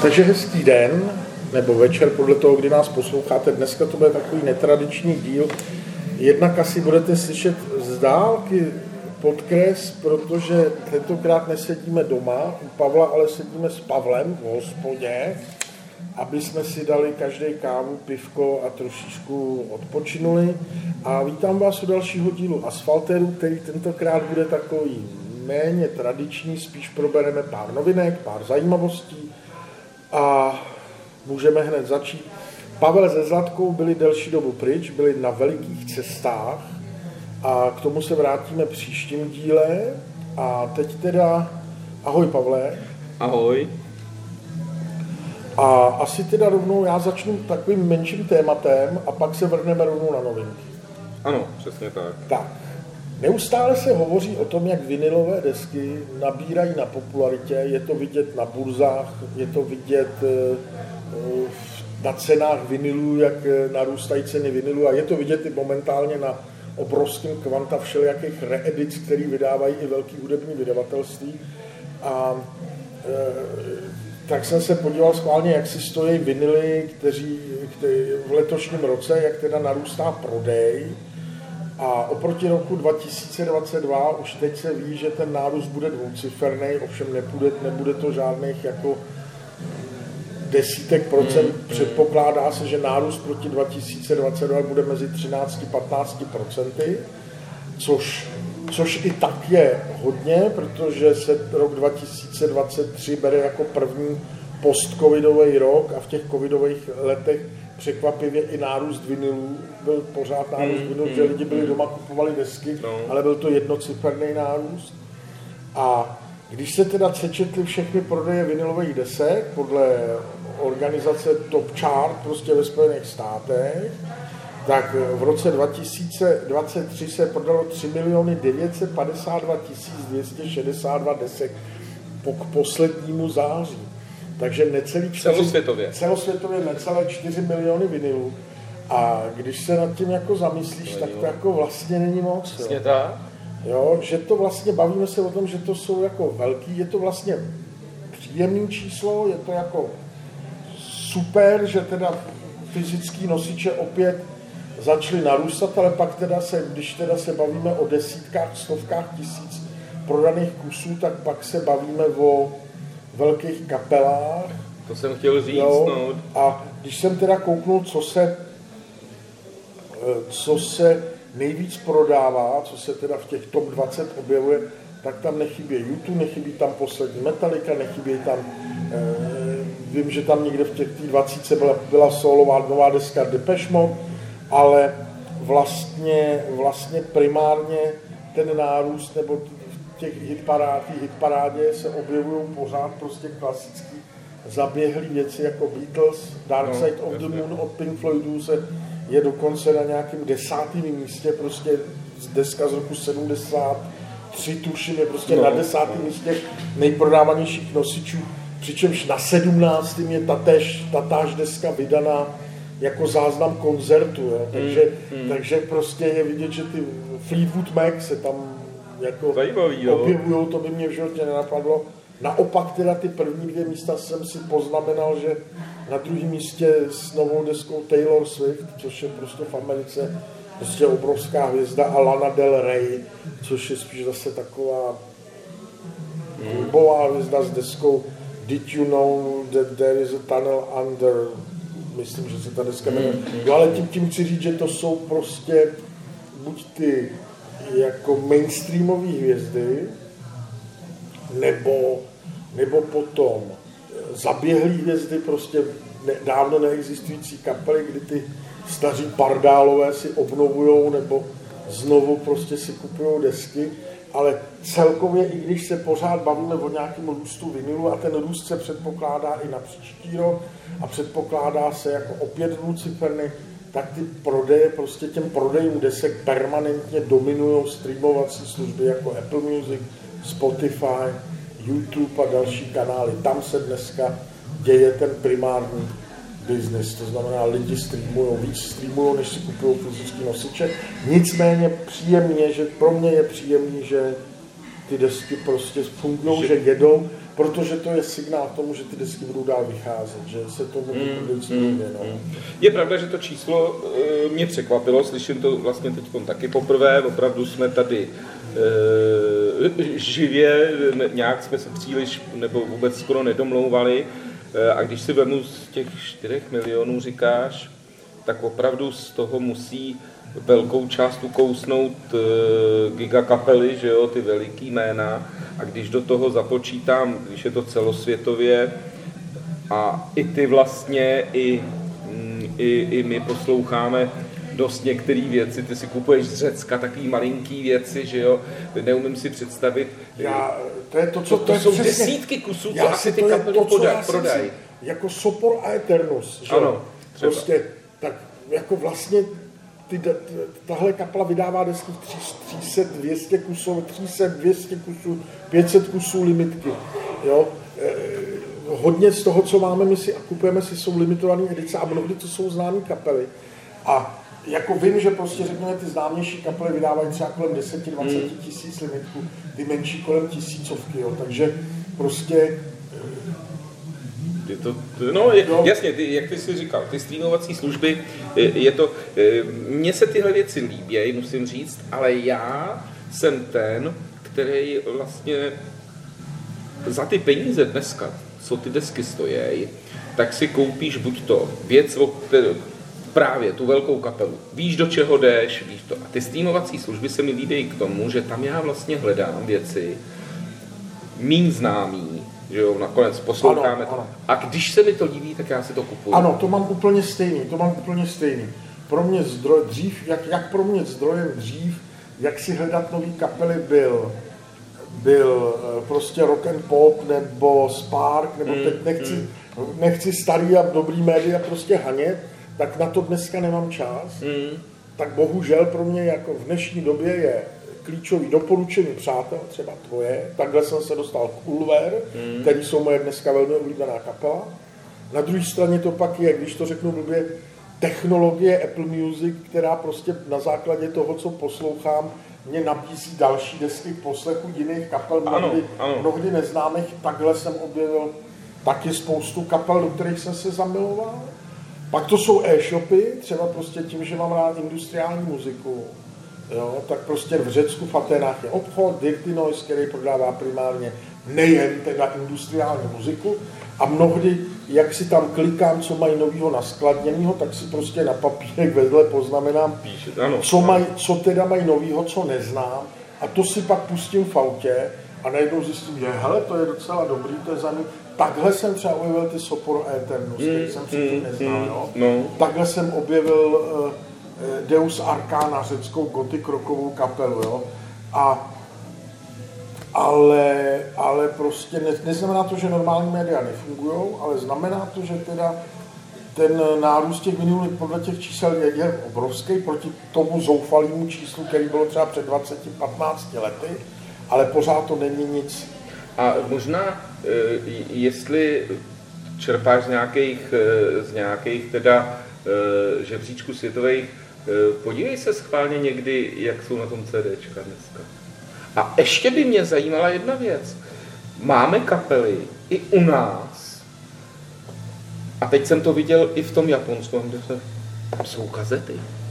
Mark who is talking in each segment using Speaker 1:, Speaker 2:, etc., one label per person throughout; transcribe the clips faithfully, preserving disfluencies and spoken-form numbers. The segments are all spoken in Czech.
Speaker 1: Takže hezký den, nebo večer, podle toho, kdy nás posloucháte. Dneska to bude takový netradiční díl. Jednak asi budete slyšet z dálky podkres, protože tentokrát nesedíme doma u Pavla, ale sedíme s Pavlem v hospodě, aby jsme si dali každý kávu, pivko a trošičku odpočinuli. A vítám vás u dalšího dílu Asfaltéru, který tentokrát bude takový méně tradiční, spíš probereme pár novinek, pár zajímavostí a můžeme hned začít. Pavel se Zlatkou byli delší dobu pryč, byli na velikých cestách a k tomu se vrátíme příštím díle. A teď teda, ahoj Pavle.
Speaker 2: Ahoj.
Speaker 1: A asi teda rovnou já začnu takovým menším tématem a pak se vrhneme rovnou na novinky.
Speaker 2: Ano, přesně tak.
Speaker 1: Tak, neustále se hovoří o tom, jak vinylové desky nabírají na popularitě, je to vidět na burzách, je to vidět na cenách vinylů, jak narůstají ceny vinylů a je to vidět i momentálně na obrovském kvanta všelijakých reedic, který vydávají i velký hudební vydavatelství. A e, tak jsem se podíval schválně, jak si stojí vinyly, kteří, kteří v letošním roce, jak teda narůstá prodej. A oproti roku dva tisíce dvacet dva už teď se ví, že ten nárůst bude dvouciferný, ovšem nebude, nebude to žádných jako desítek procent. Hmm. Předpokládá se, že nárůst proti dva tisíce dvacet dva bude mezi třináct až patnáct procenty, což, což i tak je hodně, protože se rok dva tisíce dvacet tři bere jako první post-covidový rok a v těch covidových letech překvapivě i nárůst vinylů, byl pořád nárůst mm, vinylů, mm, že lidi byli doma, kupovali desky, no. Ale byl to jednociferný nárůst. A když se teda přečetli všechny prodeje vinylových desek podle organizace Top Chart prostě ve Spojených státech, tak v roce dva tisíce dvacet tři se prodalo tři miliony devět set padesát dva tisíc dvě stě šedesát dva desek po k poslednímu září. Takže necelý čtyři,
Speaker 2: celosvětově.
Speaker 1: celosvětově necelé čtyři miliony vinylů. A když se nad tím jako zamyslíš, tak to jako vlastně není moc.
Speaker 2: Vlastně tak.
Speaker 1: Jo, že to vlastně, bavíme se o tom, že to jsou jako velký, je to vlastně příjemný číslo, je to jako super, že teda fyzický nosiče opět začaly narůstat, ale pak teda se, když teda se bavíme o desítkách, stovkách tisíc prodaných kusů, tak pak se bavíme o velkých kapelách.
Speaker 2: To jsem chtěl říct,
Speaker 1: jo,
Speaker 2: no.
Speaker 1: A když jsem teda kouknul, co se, co se nejvíc prodává, co se teda v těch top dvacet objevuje, tak tam nechybí U dva, nechybí tam poslední Metallica, nechybí tam, eh, vím, že tam někde v těch dvacítce byla, byla solová nová deska Depeche Mode, ale vlastně, vlastně primárně ten nárůst, nebo v těch hitparád, hitparádě se objevují pořád prostě klasický zaběhlý věci jako Beatles, Dark Side no, of the Moon od Pink Floydů se je dokonce na nějakém desátém místě, prostě deska z roku sedmdesát tři tuším, je prostě no, na desátém místě nejprodávanějších nosičů, přičemž na sedmnáctém je tatéž, tatáž deska vydaná jako záznam koncertu, jo. Takže, mm, mm. takže prostě je vidět, že ty Fleetwood Mac se tam jako objevujou, to by mě v životě nenapadlo. Naopak teda ty první dvě místa jsem si poznamenal, že na druhém místě s novou deskou Taylor Swift, což je prostě v Americe prostě obrovská hvězda, a Lana Del Rey, což je spíš zase taková klubová hvězda s deskou Did You Know That There Is a Tunnel Under, myslím, že se ta deska jmenuje. Mm. Ale tím, tím chci říct, že to jsou prostě buď ty jako mainstreamové hvězdy, nebo, nebo potom zaběhlý hvězdy, prostě ne, dávno neexistující kapely, kdy ty staří pardálové si obnovujou nebo znovu prostě si kupují desky, ale celkově, i když se pořád bavíme o nějakém růstu vinylu a ten růst se předpokládá i na příští rok a předpokládá se jako opět dvouciferný, tak ty prodeje, prostě těm prodejům desek permanentně dominují streamovací služby jako Apple Music, Spotify, YouTube a další kanály. Tam se dneska děje ten primární business, to znamená, lidi streamují, víc streamují, než si kupují fyzický nosiče. Nicméně příjemně, že pro mě je příjemný, že ty desky prostě fungují, že jedou protože to je signál k tomu, že ty desky budou dál vycházet, že se tomu mm, mm, no.
Speaker 2: mm. Je pravda, že to číslo e, mě překvapilo, slyším to vlastně teď taky poprvé, opravdu jsme tady e, živě, ne, nějak jsme se příliš nebo vůbec skoro nedomlouvali e, a když si vemu z těch čtyřech milionů, říkáš, tak opravdu z toho musí velkou část ukousnout e, gigakapely, že jo, ty veliký jména, a když do toho započítám, když je to celosvětově a i ty vlastně, i, i, i my posloucháme dost některé věci, ty si kupuješ z Řecka takový malinký věci, že jo, neumím si představit,
Speaker 1: já, to, je to, co,
Speaker 2: to,
Speaker 1: to,
Speaker 2: to jsou
Speaker 1: přesně,
Speaker 2: desítky kusů, co asi ty
Speaker 1: to
Speaker 2: kapely prodají.
Speaker 1: Jako Sopor a Eternus, že
Speaker 2: ano, třeba.
Speaker 1: Prostě, tak jako vlastně ty, tahle kapela vydává desky tři sta, dvě stě kusů, tři sta, dvě stě kusů, pět set kusů limitky, jo. E, hodně z toho, co máme my si a kupujeme si, jsou limitované edice a mnohdy to jsou známé kapely. A jako vím, že prostě řekněme, ty známější kapely vydávají třeba kolem deset dvacet tisíc limitku, ty menší kolem tisícovky, jo. Takže prostě
Speaker 2: Je to, no, je, jasně, ty, jak ty jsi říkal, ty streamovací služby, je, je to, mně se tyhle věci líbí, musím říct, ale já jsem ten, který vlastně za ty peníze dneska, co ty desky stojí, tak si koupíš buď to věc, právě tu velkou kapelu, víš, do čeho jdeš, víš to. A ty streamovací služby se mi líbí k tomu, že tam já vlastně hledám věci míň známý, že jo, nakonec posloucháme
Speaker 1: ano,
Speaker 2: to.
Speaker 1: Ano.
Speaker 2: A když se mi to líbí, tak já si to kupuju.
Speaker 1: Ano, to mám úplně stejný, to mám úplně stejný. Pro mě zdroj, dřív, jak, jak pro mě zdrojem dřív, jak si hledat nový kapely byl, byl prostě rock and pop, nebo Spark, nebo mm, teď nechci, mm. nechci starý a dobrý média prostě hanět, tak na to dneska nemám čas. Mm. Tak bohužel pro mě jako v dnešní době je klíčový doporučení přátel, třeba tvoje. Takhle jsem se dostal k Ulver, mm. který jsou moje dneska velmi oblíbená kapela. Na druhé straně to pak je, když to řeknu blbě, technologie Apple Music, která prostě na základě toho, co poslouchám, mě nabízí další desky k poslechu jiných kapel, mnohdy, ano, ano. mnohdy neznámých. Takhle jsem objevil taky spoustu kapel, do kterých jsem se zamiloval. Pak to jsou e-shopy, třeba prostě tím, že mám rád industriální muziku. Jo, tak prostě v Řecku v Aténách je obchod, Dirty Noise, který prodává primárně nejen teda industriální muziku a mnohdy, jak si tam klikám, co mají novýho naskladněného, tak si prostě na papírek vedle poznamenám,
Speaker 2: ano,
Speaker 1: co, maj, co teda mají novýho, co neznám a to si pak pustím v autě a najednou zjistím, že hele, to je docela dobrý, to je za mě. Takhle jsem třeba objevil ty Sopor Eternus, který mm, jsem předtím mm, neznal, mm, jo. No. Takhle jsem objevil uh, Deus Arcana, řeckou gotik rockovou kapelu, jo. A, ale, ale prostě ne, neznamená to, že normální média nefungují, ale znamená to, že teda ten nárůst těch minulých podle těch čísel je, je obrovský proti tomu zoufalému číslu, který bylo třeba před dvaceti patnácti lety, ale pořád to není nic.
Speaker 2: A možná, jestli čerpáš z nějakých, z nějakých teda žebříčků světových, podívej se schválně někdy, jak jsou na tom CDčka dneska. A ještě by mě zajímala jedna věc. Máme kapely i u nás, a teď jsem to viděl i v tom Japonsku, kde se, tam jsou kazety.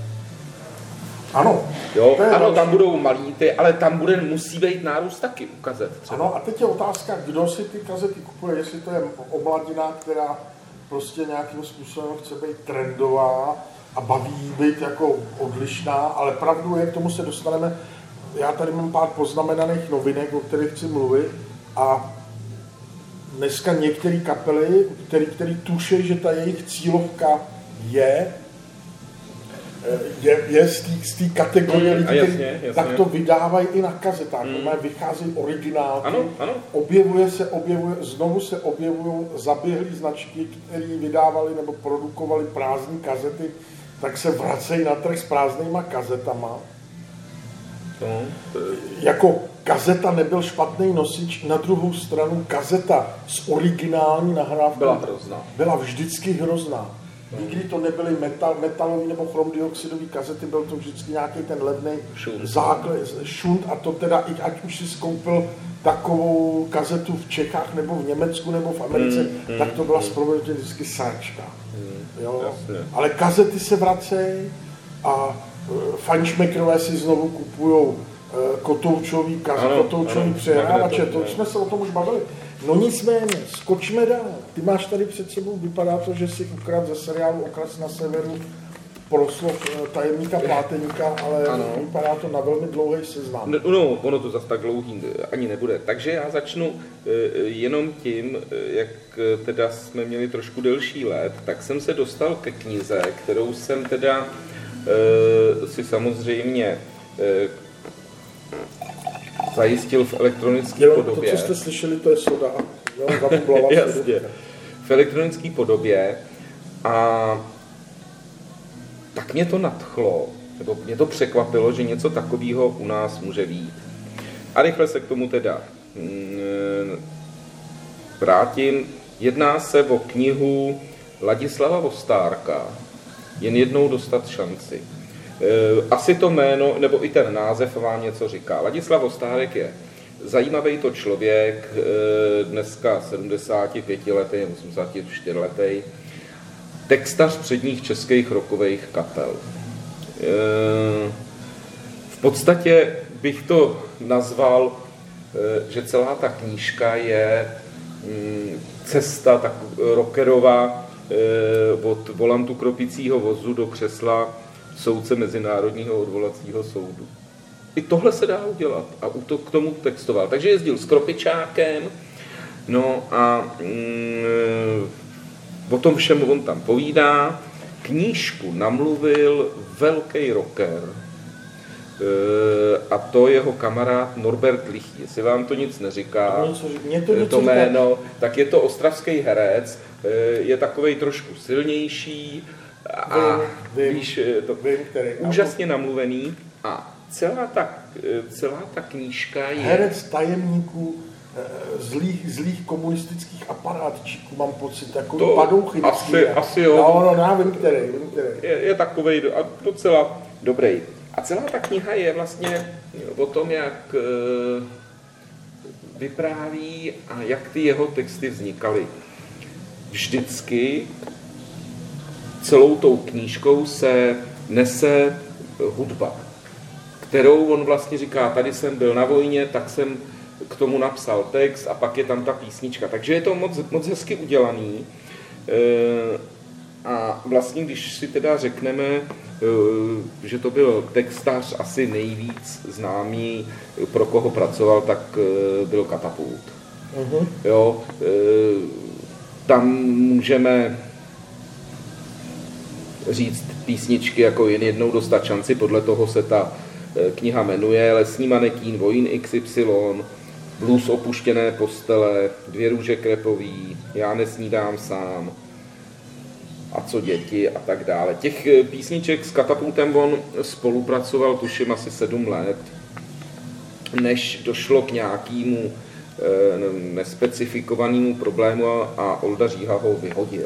Speaker 1: Ano.
Speaker 2: Jo, ano, další. Tam budou malý ty, ale tam bude, musí být nárůst taky u kazet. Třeba.
Speaker 1: Ano, a teď je otázka, kdo si ty kazety kupuje, jestli to je omladina, která prostě nějakým způsobem chce být trendová a baví být jako odlišná, ale pravdu je, k tomu se dostaneme. Já tady mám pár poznamenaných novinek, o kterých chci mluvit a dneska některé kapely, který, který tuší, že ta jejich cílovka je je, je z té kategorie lidí,
Speaker 2: jasně, jasně.
Speaker 1: tak to vydávají i na kazetách. Mm. Vycházejí originálky,
Speaker 2: ano, ano.
Speaker 1: Objevuje se, objevuje, znovu se objevují zaběhlé značky, které vydávali nebo produkovali prázdné kazety, tak se vracejí na trh s prázdnýma kazetama.
Speaker 2: No.
Speaker 1: Jako kazeta nebyl špatný nosič, na druhou stranu kazeta s originální nahrávkou
Speaker 2: byla hrozná.
Speaker 1: Byla vždycky hrozná. Nikdy to nebyly metal, metalový nebo chromdioxidový kazety, byl to vždycky nějaký ten levný základ, šunt a to teda, i ať už si skoupil takovou kazetu v Čechách nebo v Německu nebo v Americe, mm, mm, tak to byla mm. zproveditelně vždycky sáčka. Mm, jo? Ale kazety se vracejí a fajnšmekrové si znovu kupujou kotoučový, kotoučový přehrávače, to už jsme se o tom už bavili. No nicméně, skočme dál. Ty máš tady před sebou, vypadá to, že jsi ukradl ze seriálu Okras na severu proslov tajemníka Pláteníka, ale ano. Vypadá to na velmi dlouhý seznam.
Speaker 2: No, no, ono to zase tak dlouhý ani nebude. Takže já začnu jenom tím, jak teda jsme měli trošku delší let, tak jsem se dostal ke knize, kterou jsem teda si samozřejmě zajistil v elektronické podobě.
Speaker 1: To, co jste slyšeli, to je soda.
Speaker 2: Jasně. V elektronické podobě. A tak mě to nadchlo, nebo mě to překvapilo, že něco takového u nás může být. A rychle se k tomu teda vrátím. Jedná se o knihu Ladislava Vostárka, Jen jednou dostat šanci. Asi to jméno, nebo i ten název vám něco říká. Ladislav Vostárek je zajímavý to člověk, dneska sedmdesátipětiletý, osmdesátčtyřletý, textař předních českých rockových kapel. V podstatě bych to nazval, že celá ta knížka je cesta tak rockerová od volantu kropicího vozu do křesla soudce Mezinárodního odvolacího soudu. I tohle se dá udělat a k tomu textoval. Takže jezdil s kropičákem, no a mm, o tom všem on tam povídá. Knížku namluvil velký rocker a to jeho kamarád Norbert Lichý. Jestli vám to nic neříká, to, to jméno, tak je to ostravský herec, je takovej trošku silnější a
Speaker 1: vím,
Speaker 2: víš, to
Speaker 1: vím, který,
Speaker 2: úžasně namluvený a celá ta, celá ta knížka je...
Speaker 1: Herec tajemníků zlých, zlých komunistických aparátčíků, mám pocit, jako
Speaker 2: to
Speaker 1: padouchy.
Speaker 2: Asi, asi jo.
Speaker 1: No, no, no, vím, který, vím, který.
Speaker 2: Je, je takovej a docela dobrý. A celá ta kniha je vlastně o tom, jak vypráví a jak ty jeho texty vznikaly. Vždycky celou tou knížkou se nese hudba, kterou on vlastně říká, tady jsem byl na vojně, tak jsem k tomu napsal text a pak je tam ta písnička. Takže je to moc, moc hezky udělaný. A vlastně, když si teda řekneme, že to byl textař asi nejvíc známý, pro koho pracoval, tak byl Katapult. Uh-huh. Jo, tam můžeme říct písničky jako Jen jednou dostat šanci, podle toho se ta kniha jmenuje, Lesní manekín, Vojín iks ypsilon, Blues opuštěné postele, Dvě růže krepový, Já nesnídám sám, A co děti a tak dále. Těch písniček s Katapultem on spolupracoval tuším asi sedm let, než došlo k nějakému nespecifikovanému problému a Olda Říha ho vyhodil.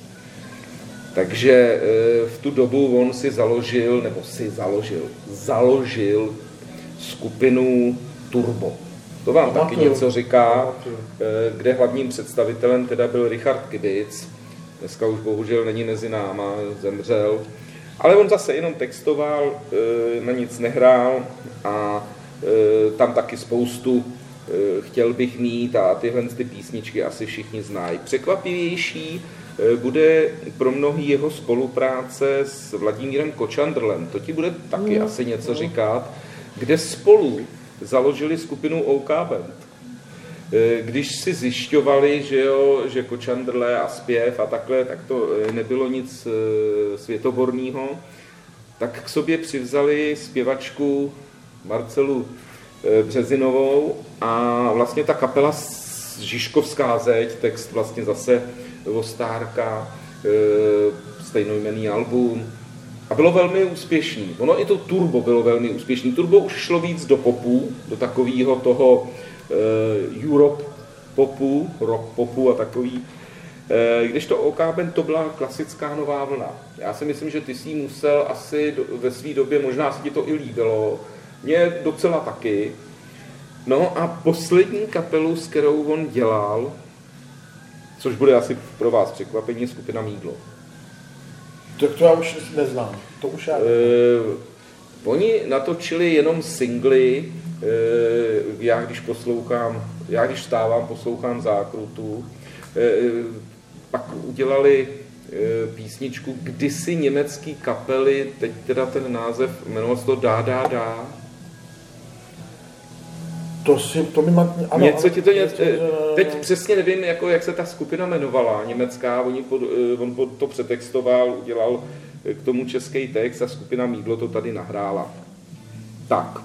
Speaker 2: Takže v tu dobu on si založil, nebo si založil, založil skupinu Turbo. To vám taky něco říká, kde hlavním představitelem teda byl Richard Kibic. Dneska už bohužel není mezi náma, zemřel. Ale on zase jenom textoval, na nic nehrál a tam taky spoustu Chtěl bych mít a tyhle ty písničky asi všichni znají. Překvapivější bude pro mnohý jeho spolupráce s Vladimírem Kočandrlem. To ti bude taky mm. asi něco říkat, kde spolu založili skupinu O K Band. Když si zjišťovali, že, jo, že Kočandrle a zpěv a takhle, tak to nebylo nic světoborného, tak k sobě přivzali zpěvačku Marcelu Březinovou a vlastně ta kapela Žižkovská zeď, text vlastně zase Vostárka, stejnojmenný album a bylo velmi úspěšný. Ono i to Turbo bylo velmi úspěšný. Turbo už šlo víc do popu, do takového toho uh, Europe popu, rock popu a takový. Uh, když to O K Band to byla klasická nová vlna. Já si myslím, že ty si musel asi do, ve své době, možná se ti to i líbilo, mě docela taky. No a poslední kapelu, s kterou on dělal, což bude asi pro vás překvapení, skupina Mýdlo.
Speaker 1: Tak to já už neznám. To už já neznám.
Speaker 2: E, oni natočili jenom singly, e, já když poslouchám, já když vstávám, poslouchám Zákrutu, e, pak udělali e, písničku kdysi německý kapely, teď teda ten název, jmenoval se to Dá, dá, dá.
Speaker 1: To si, to mi má, ano,
Speaker 2: něco ti to něco,
Speaker 1: něco,
Speaker 2: teď přesně nevím, jako, jak se ta skupina jmenovala, německá, oni pod, on pod to přetextoval, udělal k tomu český text a skupina Mýdlo to tady nahrála. Tak,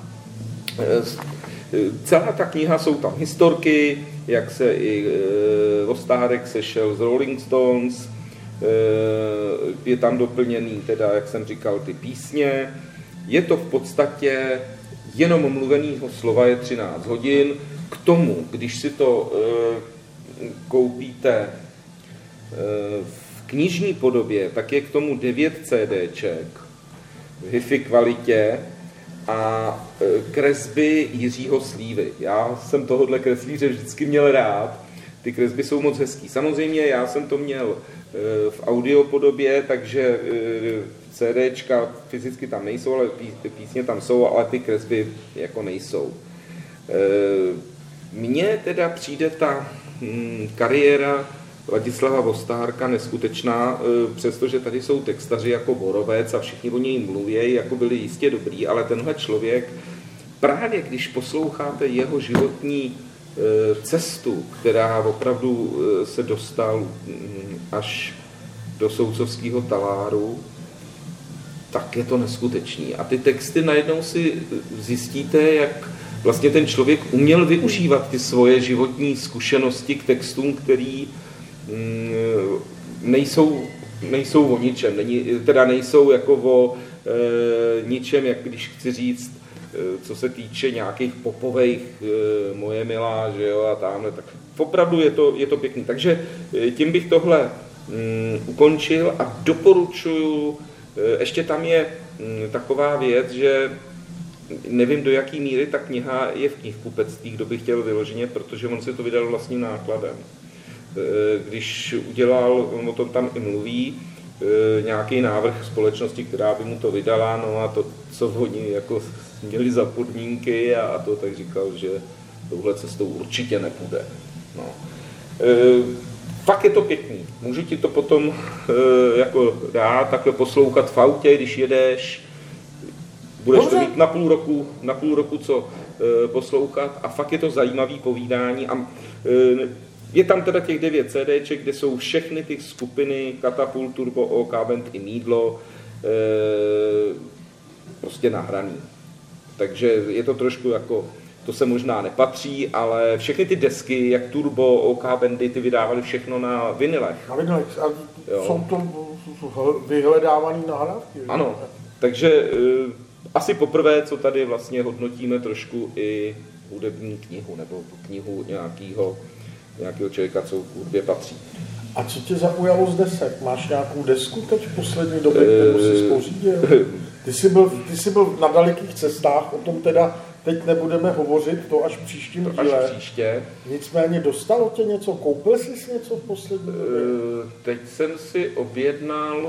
Speaker 2: celá ta kniha, jsou tam historky, jak se i Vostárek sešel z Rolling Stones, je tam doplněný, teda, jak jsem říkal, ty písně, je to v podstatě jenom mluvenýho slova je třináct hodin. K tomu, když si to e, koupíte e, v knižní podobě, tak je k tomu devět CDček v hi-fi kvalitě a e, kresby Jiřího Slívy. Já jsem tohohle kreslíře vždycky měl rád. Ty kresby jsou moc hezký. Samozřejmě já jsem to měl e, v audio podobě, takže e, CDčka fyzicky tam nejsou, ale písně tam jsou, ale ty kresby jako nejsou. Mně teda přijde ta kariéra Ladislava Vostárka neskutečná, přestože tady jsou textaři jako Borovec a všichni o něj mluví, jako byli jistě dobrý, ale tenhle člověk, právě když posloucháte jeho životní cestu, která opravdu se dostal až do soudcovského taláru, tak je to neskutečný. A ty texty najednou si zjistíte, jak vlastně ten člověk uměl využívat ty svoje životní zkušenosti k textům, který mm, nejsou, nejsou o ničem. Není, teda nejsou jako o e, ničem, jak když chci říct, e, co se týče nějakých popových e, moje milá, že jo, a tamhle, tak opravdu je to, je to pěkný. Takže e, tím bych tohle mm, ukončil a doporučuju. Ještě tam je taková věc, že nevím, do jaký míry ta kniha je v knihkupectví, kdo by chtěl vyloženě, protože on si to vydal vlastním nákladem. Když udělal, on o tom tam i mluví, nějaký návrh společnosti, která by mu to vydala, no a to, co oni jako měli za podmínky a to, tak říkal, že touhle cestou určitě nepůjde. No. Fakt je to pěkný. Můžu ti to potom e, jako dát, takhle poslouchat v autě, když jedeš. Budeš Dobře. To mít na půl roku, na půl roku co e, poslouchat a fakt je to zajímavý povídání. A, e, je tam teda těch devět CDček, kde jsou všechny ty skupiny Katapult, Turbo O, K-Band i Mýdlo e, prostě nahraný. Takže je to trošku jako, to se možná nepatří, ale všechny ty desky, jak Turbo, OK Bandy, ty vydávali všechno na vinylech.
Speaker 1: Na vinylech. A jsou to vyhledávaný nahrávky.
Speaker 2: Ano, takže uh, asi poprvé, co tady vlastně hodnotíme trošku i hudební knihu, nebo knihu nějakého, nějakého člověka, co k hudbě patří.
Speaker 1: A co tě zaujalo z desek? Máš nějakou desku teď v poslední době, kterou jsi pořídil? Ty jsi byl, ty jsi byl na dalekých cestách, o tom teda teď nebudeme hovořit, to až v příštím
Speaker 2: to
Speaker 1: díle.
Speaker 2: Až příště.
Speaker 1: Nicméně dostalo tě něco, koupil jsi něco v poslední době?
Speaker 2: Teď jsem si objednal,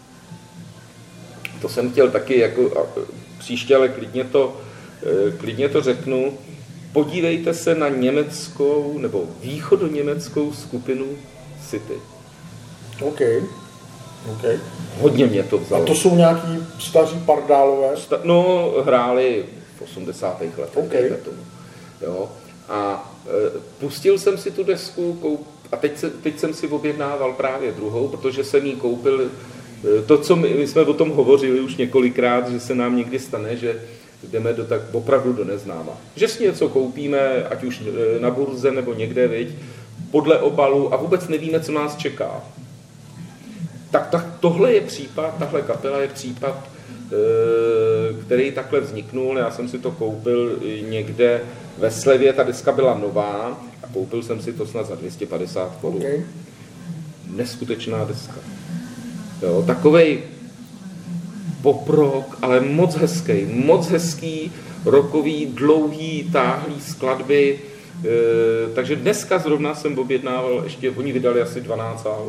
Speaker 2: to jsem chtěl taky jako příště, ale klidně to, klidně to řeknu, podívejte se na německou nebo východoněmeckou skupinu City.
Speaker 1: OK. Okay.
Speaker 2: Hodně mě to vzalo.
Speaker 1: A to jsou nějaký staří pardálové?
Speaker 2: Sta- no, hráli v osmdesátých letech.
Speaker 1: Okay.
Speaker 2: Jo. A e, pustil jsem si tu desku koup, a teď, se, teď jsem si objednával právě druhou, protože jsem jí koupil e, to, co my, my jsme o tom hovořili už několikrát, že se nám někdy stane, že jdeme do tak opravdu do neznáma. Že si něco koupíme, ať už na burze nebo někde, viď, podle obalu a vůbec nevíme, co nás čeká. Tak, tak tohle je případ, tahle kapela je případ, který takhle vzniknul. Já jsem si to koupil někde ve slevě, ta deska byla nová a koupil jsem si to snad za dvě stě padesát korun. Okay. Neskutečná deska. Jo, takovej pop rock, ale moc hezký, moc hezký, rockový, dlouhý, táhlý skladby. E, takže dneska zrovna jsem objednával, ještě oni vydali asi dvanáct album.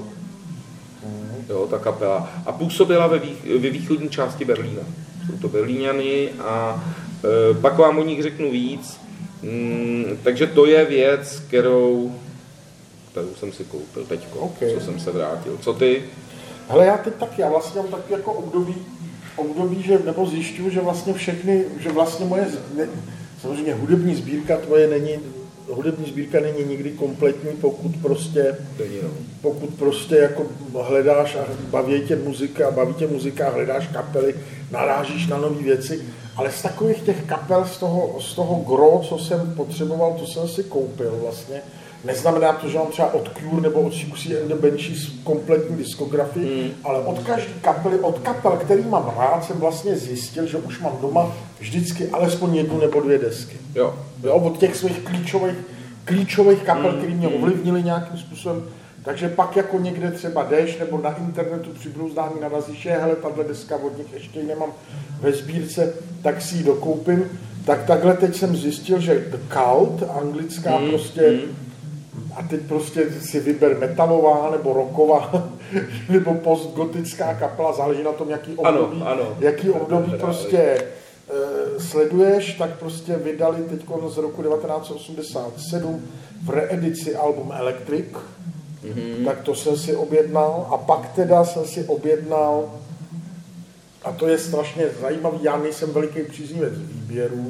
Speaker 2: Jo, ta kapela. A působila ve, vých, ve východní části Berlína. Jsou to Berlíňany a e, pak vám o nich řeknu víc. Mm, takže to je věc, kterou, kterou jsem si koupil teďko, okay. Co jsem se vrátil. Co ty?
Speaker 1: Hele, já teď taky, já vlastně mám taky jako období, období, že, nebo zjišťuju, že vlastně všechny, že vlastně moje, ne, samozřejmě hudební sbírka tvoje není, hudební sbírka není nikdy kompletní, pokud prostě, pokud prostě jako hledáš a baví tě muzika, baví tě muzika, hledáš kapely, narážíš na nové věci, ale z takových těch kapel, z toho, z toho gro, co jsem potřeboval, to jsem si koupil vlastně. Neznamená to, že mám třeba od Cure nebo od Siouxsie and the Banshees kompletní diskografii, mm. ale od každé kapely, od kapel, který mám rád, jsem vlastně zjistil, že už mám doma vždycky alespoň jednu nebo dvě desky.
Speaker 2: Jo.
Speaker 1: Jo, od těch svých klíčových, klíčových kapel, mm. které mě ovlivnily nějakým způsobem. Takže pak jako někde třeba jdeš, nebo na internetu při brouzdání narazíš, je, hele, tahle deska od nich ještě ji nemám ve sbírce, tak si ji dokoupím. Tak takhle teď jsem zjistil, že The Cult, anglická mm. prostě, mm. a teď prostě si vyber metalová, nebo rocková, nebo postgotická kapela, záleží na tom, jaký období,
Speaker 2: ano, ano.
Speaker 1: Jaký období prostě e, sleduješ, tak prostě vydali teď z roku devatenáct set osmdesát sedm v reedici album Electric, mm-hmm. tak to jsem si objednal a pak teda jsem si objednal, a to je strašně zajímavý, já nejsem veliký příznivec výběrů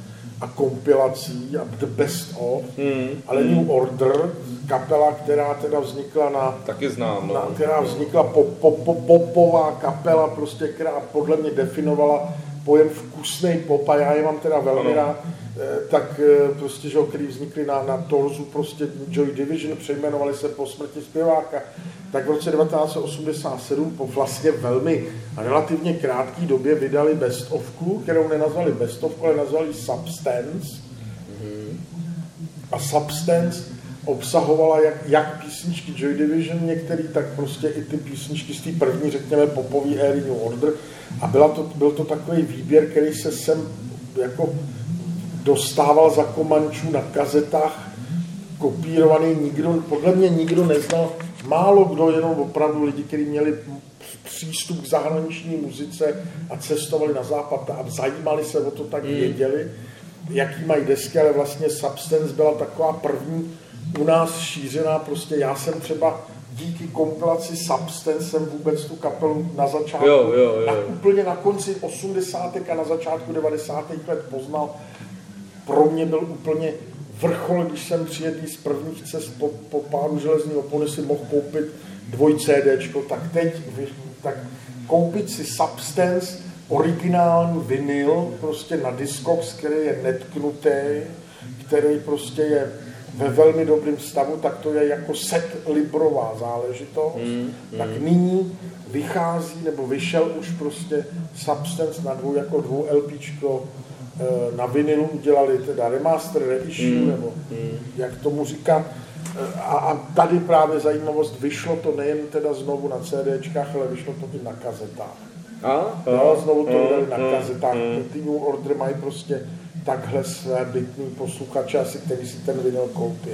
Speaker 1: a kompilací a The Best of, mm, ale mm. New Order, kapela, která teda vznikla na...
Speaker 2: Taky znám, no.
Speaker 1: Na, která vznikla po, po, po, popová kapela, prostě, která podle mě definovala pojem vkusnej pop a já je mám teda velmi rád, tak prostě, že který vznikli na, na torzu prostě Joy Division, přejmenovali se po smrti zpěváka, tak v roce devatenáct set osmdesát sedm po vlastně velmi relativně krátké době vydali Best ofku, kterou nenazvali Best ofku, ale nazvali Substance. Mm-hmm. A Substance obsahovala jak, jak písničky Joy Division některý, tak prostě i ty písničky z té první, řekněme, popové éry New Order. A byla to, byl to takový výběr, který se sem jako dostával za Komančů na kazetách, kopírovaný, nikdo, podle mě nikdo neznal, málo kdo, jenom opravdu lidi, kteří měli přístup k zahraniční muzice a cestovali na západ a zajímali se o to, tak věděli, jaký mají desky, ale vlastně Substance byla taková první u nás šířená, prostě já jsem třeba díky kompilaci Substance jsem vůbec tu kapelu na začátku,
Speaker 2: jo, jo, jo.
Speaker 1: Na, úplně na konci osmdesátých a na začátku devadesátých let poznal. Pro mě byl úplně vrchol, když jsem při jedný z prvních cest po, po pádu železní opony si mohl koupit dvoj CDčko, tak teď tak koupit si Substance, originální vinyl, prostě na Discogs, který je netknutý, který prostě je ve velmi dobrém stavu, tak to je jako set librová záležitost. Mm, mm. Tak nyní vychází, nebo vyšel už prostě Substance na dvou, jako dvou LPčko na vinilu, udělali teda remaster, reissue, mm, nebo mm. jak tomu říká. A, a tady právě zajímavost, vyšlo to nejen teda znovu na CDčkách, ale vyšlo to i na kazetách. A, a, no, znovu to vydali na kazetách. Mm. Ty New Order mají prostě takhle své bytný posluchače, asi který si ten vinyl koupí.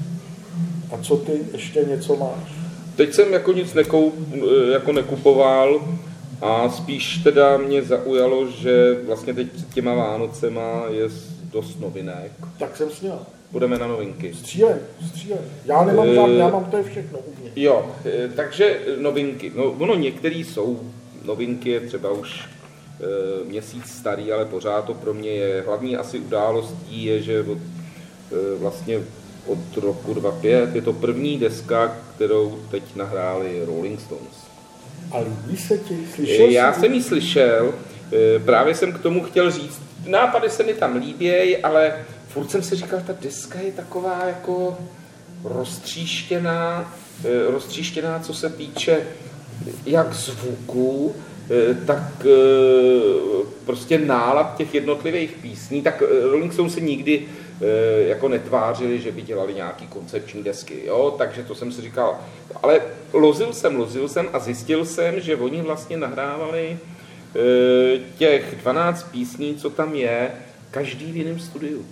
Speaker 1: A co ty, ještě něco máš?
Speaker 2: Teď jsem jako nic nekoup, jako nekupoval a spíš teda mě zaujalo, že vlastně teď před těma Vánocema je dost novinek.
Speaker 1: Tak jsem sněl.
Speaker 2: Budeme na novinky.
Speaker 1: Střílej, střílej. Já nemám e... žádný, já mám to je všechno u mě.
Speaker 2: Jo, takže novinky. No, ono některý jsou novinky, třeba už e, měsíc starý, ale pořád to pro mě je. Hlavní asi událostí je, že od, e, vlastně od roku dva tisíce pět je to první deska, kterou teď nahráli Rolling Stones.
Speaker 1: A líbí se ti? Slyšel
Speaker 2: Já jsem ji slyšel, e, právě jsem k tomu chtěl říct, nápady se mi tam líbějí, ale furt jsem si říkal, ta deska je taková jako roztříštěná, e, roztříštěná, co se týče jak zvuků, tak prostě nálad těch jednotlivých písní, tak Rolling Stones se nikdy jako netvářili, že by dělali nějaký koncepční desky, jo, takže to jsem si říkal, ale lozil jsem, lozil jsem a zjistil jsem, že oni vlastně nahrávali těch dvanáct písní, co tam je, každý v jiném studiu.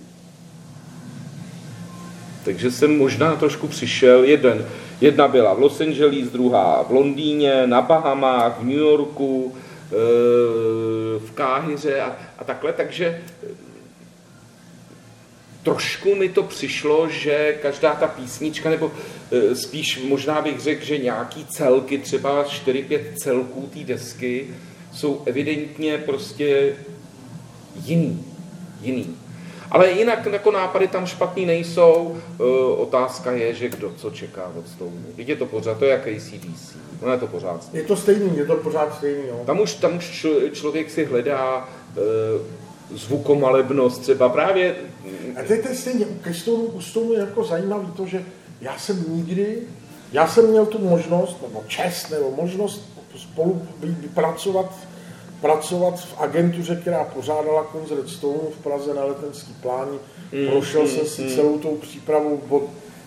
Speaker 2: Takže jsem možná trošku přišel, jeden, jedna byla v Los Angeles, druhá v Londýně, na Bahamách, v New Yorku, v Káhiře a, a takhle, takže trošku mi to přišlo, že každá ta písnička, nebo spíš možná bych řekl, že nějaký celky, třeba čtyři pět celků té desky, jsou evidentně prostě jiný, jiný. Ale jinak jako nápady tam špatný nejsou. E, otázka je, že kdo co čeká od Stoneu. Teď je to pořád, to je jak A C D C. No je to pořád stejný.
Speaker 1: Je to stejný, je to pořád stejný. Jo.
Speaker 2: Tam už, tam už člověk si hledá e, zvukomalebnost třeba právě.
Speaker 1: A to je to stejně, ke Stoneu, u Stoneu je jako zajímavý to, že já jsem nikdy, já jsem měl tu možnost, nebo čest, nebo možnost spolu pracovat pracovat v agentuře, která pořádala koncert Stoneu v Praze na Letenský pláni. Mm, Prošel mm, jsem si mm. celou tou přípravou od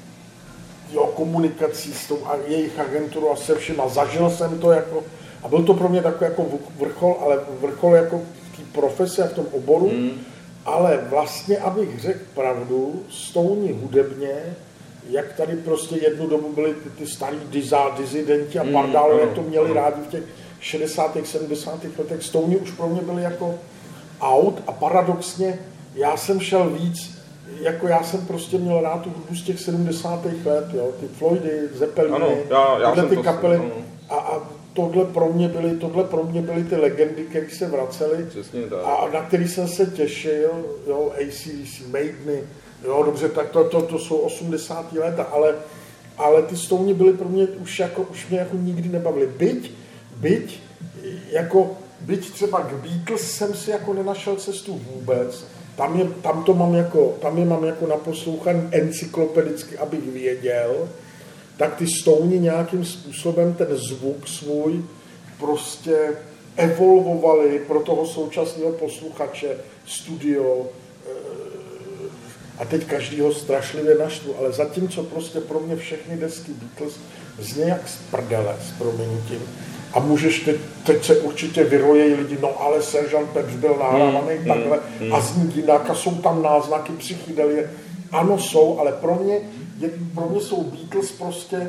Speaker 1: jo, komunikací s tou a jejich agenturou a se všem a zažil jsem to jako, a byl to pro mě takový jako vrchol, ale vrchol jako v té profesi a v tom oboru, mm. ale vlastně, abych řekl pravdu, Stouni hudebně, jak tady prostě jednu dobu byli ty, ty starý dizidenti a pardálové, mm, jak to měli mm. rádi v těch šedesátých, sedmdesátých letech, Stouni už pro mě byli jako out a paradoxně já jsem šel víc, jako já jsem prostě měl rád tu hudbu z těch sedmdesátých let, jo, ty Floydy, Zeppeliny, tyhle ty kapely a, a tohle pro mě byly, tohle pro mě byly ty legendy, které se vracely a na který jsem se těšil, jo, A C D C, Maideny, jo, dobře, tak to, to, to jsou osmdesátá léta, ale, ale ty Stouni byly pro mě už jako, už mě jako nikdy nebavily, byť Byť, jako, byť třeba k Beatles jsem si jako nenašel cestu vůbec, tam, je, tam to mám jako, tam je mám jako naposlouchaný encyklopedicky, abych věděl, tak ty Stouni nějakým způsobem ten zvuk svůj prostě evolvovali pro toho současného posluchače, studio, a teď každýho strašlivě naštvu, ale zatímco prostě pro mě všechny desky Beatles zně jak z prdele, s prominutím. A můžeš, teď, teď se určitě vyrojejí lidi, no ale Sergeant Pepper byl nahrávaný mm, takhle mm, a zní jinak a jsou tam náznaky psychedelie. Ano, jsou, ale pro mě, je, pro mě jsou Beatles prostě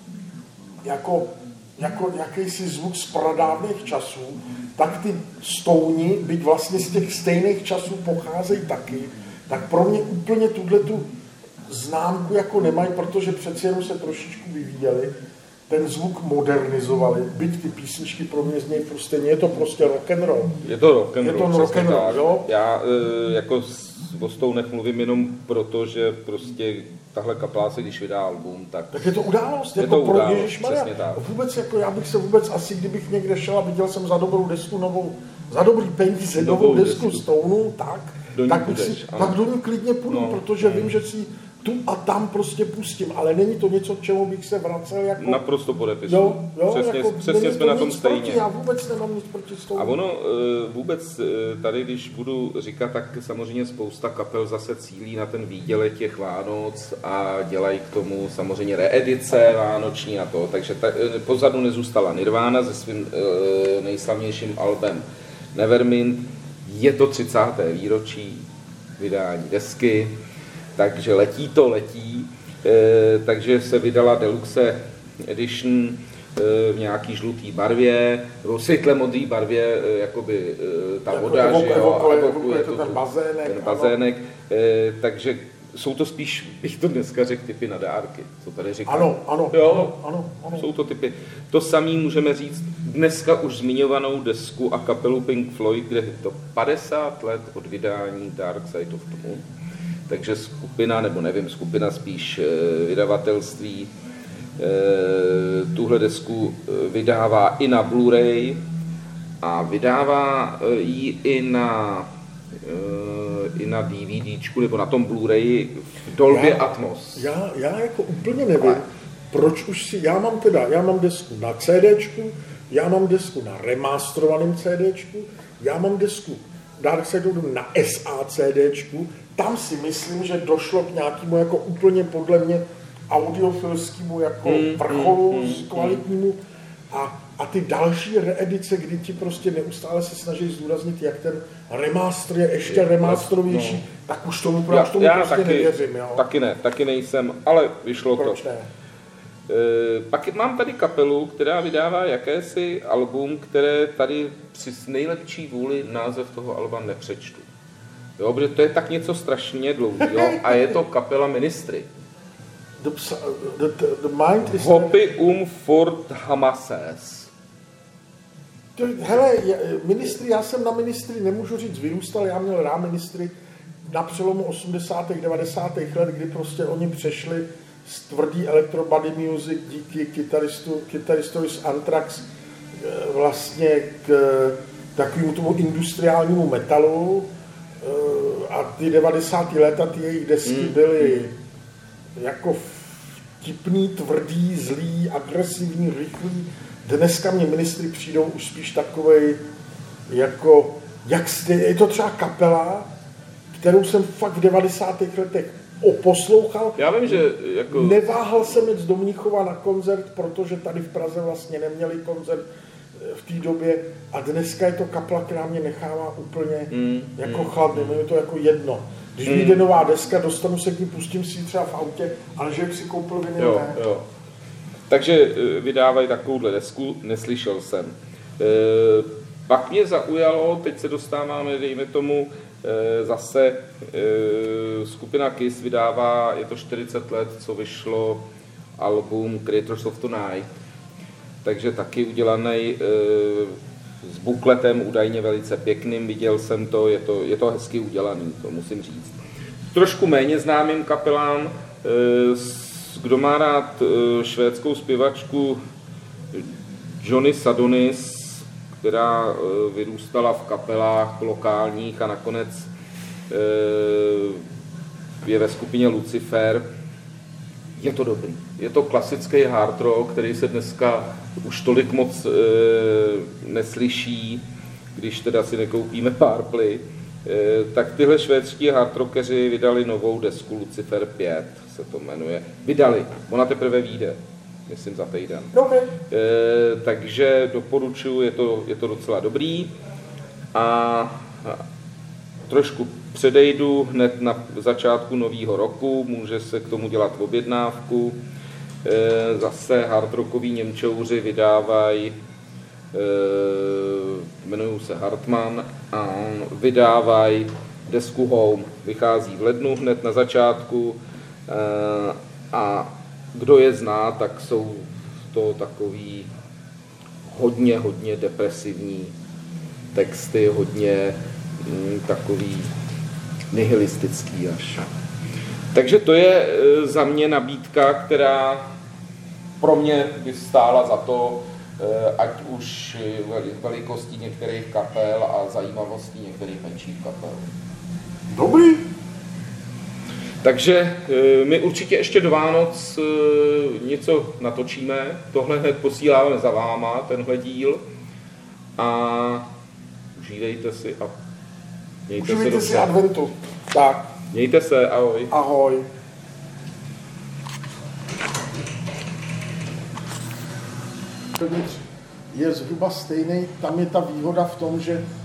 Speaker 1: jako, jako jakýsi zvuk z pradávných časů, tak ty Stouni, byť vlastně z těch stejných časů pocházejí taky, tak pro mě úplně tuhletu známku jako nemají, protože přeci jenom se trošičku vyvíjeli, ten zvuk modernizovali, byť ty písničky pro mě znějí prostě, je to prostě rock and roll.
Speaker 2: Je to rock and
Speaker 1: je
Speaker 2: roll,
Speaker 1: to rock and roll, jo?
Speaker 2: Já e, jako o Stounech mluvím jenom proto, že prostě tahle kapela se, když vydá album, tak...
Speaker 1: Tak je to událost,
Speaker 2: je
Speaker 1: jako
Speaker 2: to
Speaker 1: pro
Speaker 2: událost,
Speaker 1: Ježišmarja. Vůbec jako já bych se vůbec asi, kdybych někde šel a viděl jsem za dobrou desku novou, za dobrý peníze novou desku Stounů, tak, tak, bych si, tak do ní klidně půjdu, no, protože no. vím, že si tu a tam prostě pustím, ale není to něco, k čemu bych se vracel jako...
Speaker 2: Naprosto podepisuji.
Speaker 1: Jo, jo,
Speaker 2: přesně
Speaker 1: jako,
Speaker 2: přesně jsme na tom stejně.
Speaker 1: Proti, já vůbec nemám nic proti Stounům.
Speaker 2: A ono vůbec tady, když budu říkat, tak samozřejmě spousta kapel zase cílí na ten výdělek těch Vánoc a dělají k tomu samozřejmě reedice vánoční a to, takže ta, pozadu nezůstala Nirvana se svým nejslavnějším albem Nevermind. Je to třicáté výročí vydání desky, takže letí to, letí, e, takže se vydala Deluxe Edition e, v nějaký žlutý barvě, nebo světle modrý barvě, e, jakoby e, ta jako voda,
Speaker 1: evokuje,
Speaker 2: že jo,
Speaker 1: evokuje, evokuje to, to ten bazének.
Speaker 2: Ten bazének e, takže jsou to spíš, bych to dneska řekl, typy na dárky, co tady říkám.
Speaker 1: Ano, ano,
Speaker 2: jo,
Speaker 1: ano, ano.
Speaker 2: Jsou to typy. To samý můžeme říct dneska už zmiňovanou desku a kapelu Pink Floyd, kde je to padesát let od vydání Dark Side of the Moon. Takže skupina, nebo nevím, skupina spíš e, vydavatelství e, tuhle desku vydává i na Blu-ray a vydává ji i na, e, i na DVDčku, nebo na tom Blu-ray v Dolby já, Atmos.
Speaker 1: Já, já jako úplně nevím, ale proč už si, já mám teda, já mám desku na CDčku, já mám desku na remasterovaném CDčku, já mám desku Dark Side of the Moon na SACDčku, tam si myslím, že došlo k nějakému jako úplně podle mě audiofilskému jako mm, vrcholu mm, kvalitnímu A, a ty další reedice, kdy ti prostě neustále se snaží zdůraznit, jak ten remaster je ještě remasterovější, no. tak už tomu, já, už tomu já prostě taky, nevěřím. Jo?
Speaker 2: Taky ne, taky nejsem, ale vyšlo
Speaker 1: Proč
Speaker 2: to.
Speaker 1: Ne?
Speaker 2: E, pak mám tady kapelu, která vydává jakési album, které tady při nejlepší vůli název toho alba nepřečtu. Jo, protože to je tak něco strašně dlouhého a je to kapela Ministry.
Speaker 1: The, the, the, the mind is...
Speaker 2: Hopi um fort Hamases.
Speaker 1: To, hele, Ministry, já jsem na Ministry, nemůžu říct, vyrůstal, já měl rád Ministry na přelomu osmdesátých devadesátých let, kdy prostě oni přešli z tvrdý electro body music díky kytaristu, kytaristovi z Anthrax vlastně k takovému tomu industriálnímu metalu a ty devadesátá léta, ty jejich desky byly jako vtipný, tvrdý, zlý, agresivní, rychlý. Dneska mě Ministry přijdou už spíš takovej, jako, jak je to třeba kapela, kterou jsem fakt v devadesátých letech oposlouchal.
Speaker 2: Já vím, že jako...
Speaker 1: Neváhal jsem jít z Domnichova na koncert, protože tady v Praze vlastně neměli koncert v té době a dneska je to kapela, která mě nechává úplně mm, jako mm, chladný, mm. je to jako jedno. Když mm. vyjde nová deska, dostanu se k ní, pustím si ji třeba v autě, ale že bych si koupil vinyl,
Speaker 2: jo,
Speaker 1: ne.
Speaker 2: Jo. Takže vydávají takovouhle desku, neslyšel jsem. E, pak mě zaujalo, teď se dostáváme, dejme tomu, e, zase e, skupina Kiss vydává, je to čtyřicet let, co vyšlo album Creators of Tonight, takže taky udělaný e, s bukletem údajně velice pěkným, viděl jsem to, je to, je to hezky udělaný, to musím říct. Trošku méně známým kapelám, e, kdo má rád švédskou zpěvačku Johnny Sadonis, která vyrůstala v kapelách lokálních a nakonec je ve skupině Lucifer, je to dobrý. Je to klasický hard rock, který se dneska už tolik moc neslyší, když teda si nekoupíme Purple. Tak tyhle švédští hardrockeři vydali novou desku Lucifer pět, se to jmenuje. Vydali, ona teprve vyjde, myslím za týden.
Speaker 1: Okay.
Speaker 2: E, takže doporučuji, je to, je to docela dobrý. A, a trošku předejdu hned na začátku nového roku, může se k tomu dělat objednávku. E, zase hardrockoví Němčouři vydávají, jmenují se Hartmann a vydávají desku Home. Vychází v lednu hned na začátku a kdo je zná, tak jsou to takový hodně, hodně depresivní texty, hodně takový nihilistický až. Takže to je za mě nabídka, která pro mě by stála za to, ať už velikostí některých kapel a zajímavostí některých menších kapel.
Speaker 1: Dobrý.
Speaker 2: Takže my určitě ještě do Vánoc něco natočíme. Tohle hned posíláme za váma, tenhle díl. A užívejte si a mějte
Speaker 1: užívejte
Speaker 2: se dobře.
Speaker 1: si adventu. Tak.
Speaker 2: Mějte se, ahoj.
Speaker 1: Ahoj. Je zhruba stejný, tam je ta výhoda v tom, že